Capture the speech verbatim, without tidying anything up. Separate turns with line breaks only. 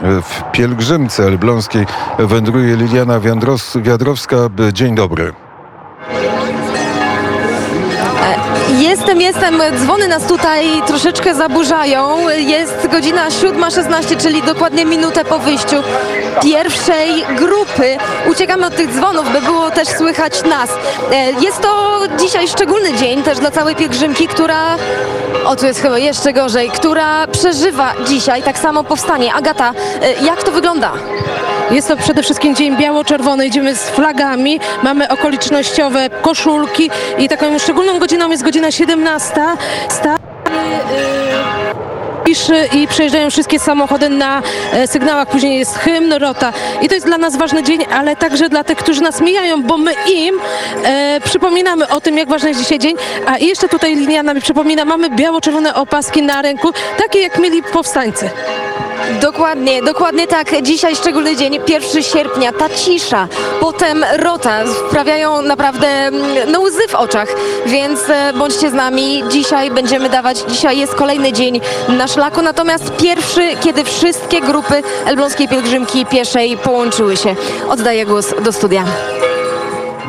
W pielgrzymce elbląskiej wędruje Liliana Wiandros- Wiadrowska. Dzień dobry.
Jestem, jestem. Dzwony nas tutaj troszeczkę zaburzają. Jest godzina siódma szesnaście, czyli dokładnie minutę po wyjściu pierwszej grupy. Uciekamy od tych dzwonów, by było też słychać nas. Jest to dzisiaj szczególny dzień też dla całej pielgrzymki, która, o tu jest chyba jeszcze gorzej, która przeżywa dzisiaj tak samo powstanie. Agata, jak to wygląda?
Jest to przede wszystkim dzień biało-czerwony, idziemy z flagami, mamy okolicznościowe koszulki i taką szczególną godziną jest godzina siedemnasta. Sta- Piszy i przejeżdżają wszystkie samochody na e, sygnałach, później jest hymn, rota i to jest dla nas ważny dzień, ale także dla tych, którzy nas mijają, bo my im e, przypominamy o tym, jak ważny jest dzisiaj dzień, a jeszcze tutaj Liliana mi przypomina, mamy biało-czerwone opaski na ręku, takie jak mieli powstańcy.
Dokładnie, dokładnie tak. Dzisiaj szczególny dzień, pierwszego sierpnia, ta cisza, potem rota sprawiają naprawdę no, łzy w oczach, więc bądźcie z nami. Dzisiaj będziemy dawać, dzisiaj jest kolejny dzień na szlaku, natomiast pierwszy, kiedy wszystkie grupy elbląskiej pielgrzymki pieszej połączyły się. Oddaję głos do studia.